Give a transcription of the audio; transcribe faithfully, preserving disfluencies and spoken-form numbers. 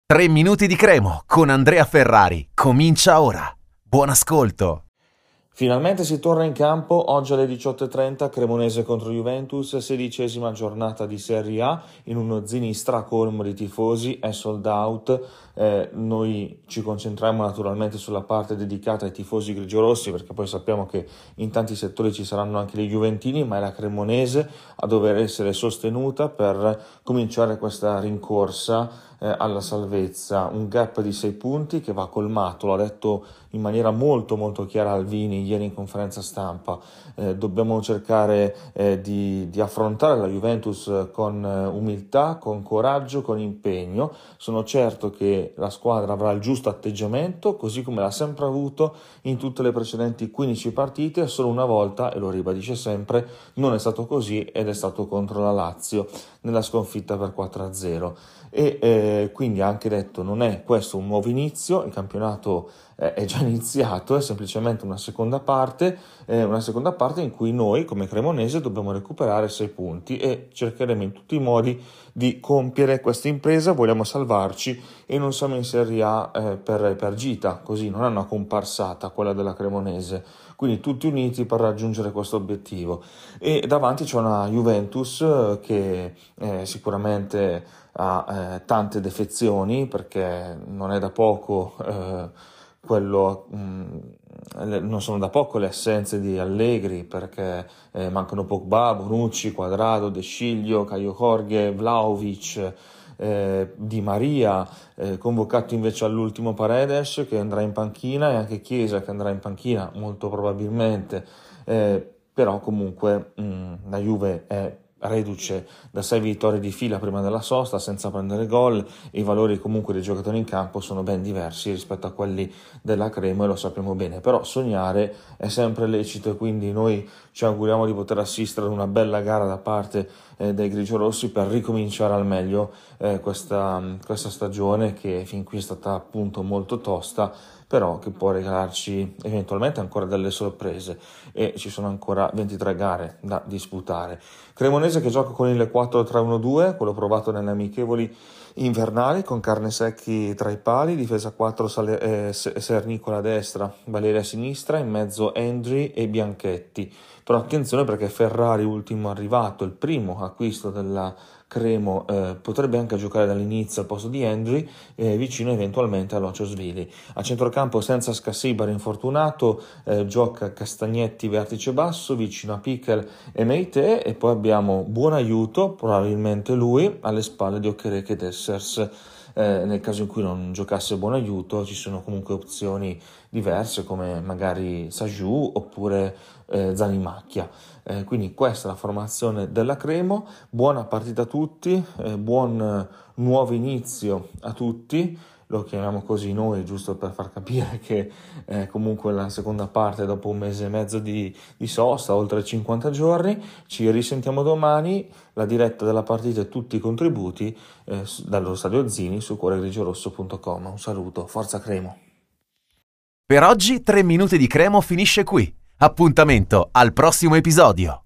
Tre minuti di Cremo con Andrea Ferrari. Comincia ora. Buon ascolto. Finalmente si torna in campo, oggi alle diciotto e trenta, Cremonese contro Juventus, sedicesima giornata di Serie A, in uno Zini stracolmo di tifosi, è sold out. Eh, noi ci concentriamo naturalmente sulla parte dedicata ai tifosi grigiorossi, perché poi sappiamo che in tanti settori ci saranno anche gli juventini, ma è la Cremonese a dover essere sostenuta per cominciare questa rincorsa eh, alla salvezza. Un gap di sei punti che va colmato, l'ha detto in maniera molto molto chiara Alvini ieri in conferenza stampa. Eh, dobbiamo cercare eh, di, di affrontare la Juventus con eh, umiltà, con coraggio, con impegno. Sono certo che la squadra avrà il giusto atteggiamento, così come l'ha sempre avuto in tutte le precedenti quindici partite. Solo una volta, e lo ribadisce sempre, non è stato così ed è stato contro la Lazio nella sconfitta per quattro a zero. E eh, quindi ha anche detto: non è questo un nuovo inizio, il campionato eh, è già iniziato, è semplicemente una seconda parte, eh, una seconda parte in cui noi come Cremonese dobbiamo recuperare sei punti e cercheremo in tutti i modi di compiere questa impresa. Vogliamo salvarci e non siamo in Serie A eh, per, per gita, così non è una comparsata quella della Cremonese, quindi tutti uniti per raggiungere questo obiettivo. E davanti c'è una Juventus eh, che eh, sicuramente ha eh, tante defezioni, perché non è da poco eh, quello mh, le, non sono da poco le assenze di Allegri, perché eh, mancano Pogba, Bonucci, Quadrado, De Sciglio, Caio Jorge, Vlahovic, eh, Di Maria, eh, convocato invece all'ultimo Paredes che andrà in panchina, e anche Chiesa che andrà in panchina molto probabilmente, eh, però comunque mh, la Juve è reduce da sei vittorie di fila prima della sosta senza prendere gol, e i valori comunque dei giocatori in campo sono ben diversi rispetto a quelli della Cremo, e lo sappiamo bene. Però sognare è sempre lecito, e quindi noi ci auguriamo di poter assistere ad una bella gara da parte eh, dei grigiorossi per ricominciare al meglio eh, questa, questa stagione, che fin qui è stata appunto molto tosta, però che può regalarci eventualmente ancora delle sorprese, e ci sono ancora ventitré gare da disputare. Cremonese che gioca con il quattro tre uno due, quello provato nelle amichevoli invernali, con Carnesecchi tra i pali, difesa quattro Sale- eh, Sernicola a destra, Valeria a sinistra, in mezzo Endri e Bianchetti. Però attenzione, perché Ferrari, ultimo arrivato, il primo acquisto della Cremo, eh, potrebbe anche giocare dall'inizio al posto di Endri, eh, vicino eventualmente a Lociosvili. A centrocampo senza Scassibar infortunato, eh, gioca Castagnetti vertice basso, vicino a Piquel e Meite, e poi abbiamo buon aiuto, probabilmente lui, alle spalle di Okereke e Dessers. Eh, nel caso in cui non giocasse buon aiuto, ci sono comunque opzioni diverse, come magari Sajou oppure eh, Zanimacchia. Eh, quindi questa è la formazione della Cremo. Buona partita a tutti, eh, buon eh, nuovo inizio a tutti. Lo chiamiamo così noi, giusto per far capire che eh, comunque la seconda parte, dopo un mese e mezzo di, di sosta, oltre cinquanta giorni. Ci risentiamo domani, la diretta della partita e tutti i contributi eh, dallo Stadio Zini su cuoregrigiorosso punto com. Un saluto, forza Cremo! Per oggi tre minuti di Cremo finisce qui. Appuntamento al prossimo episodio.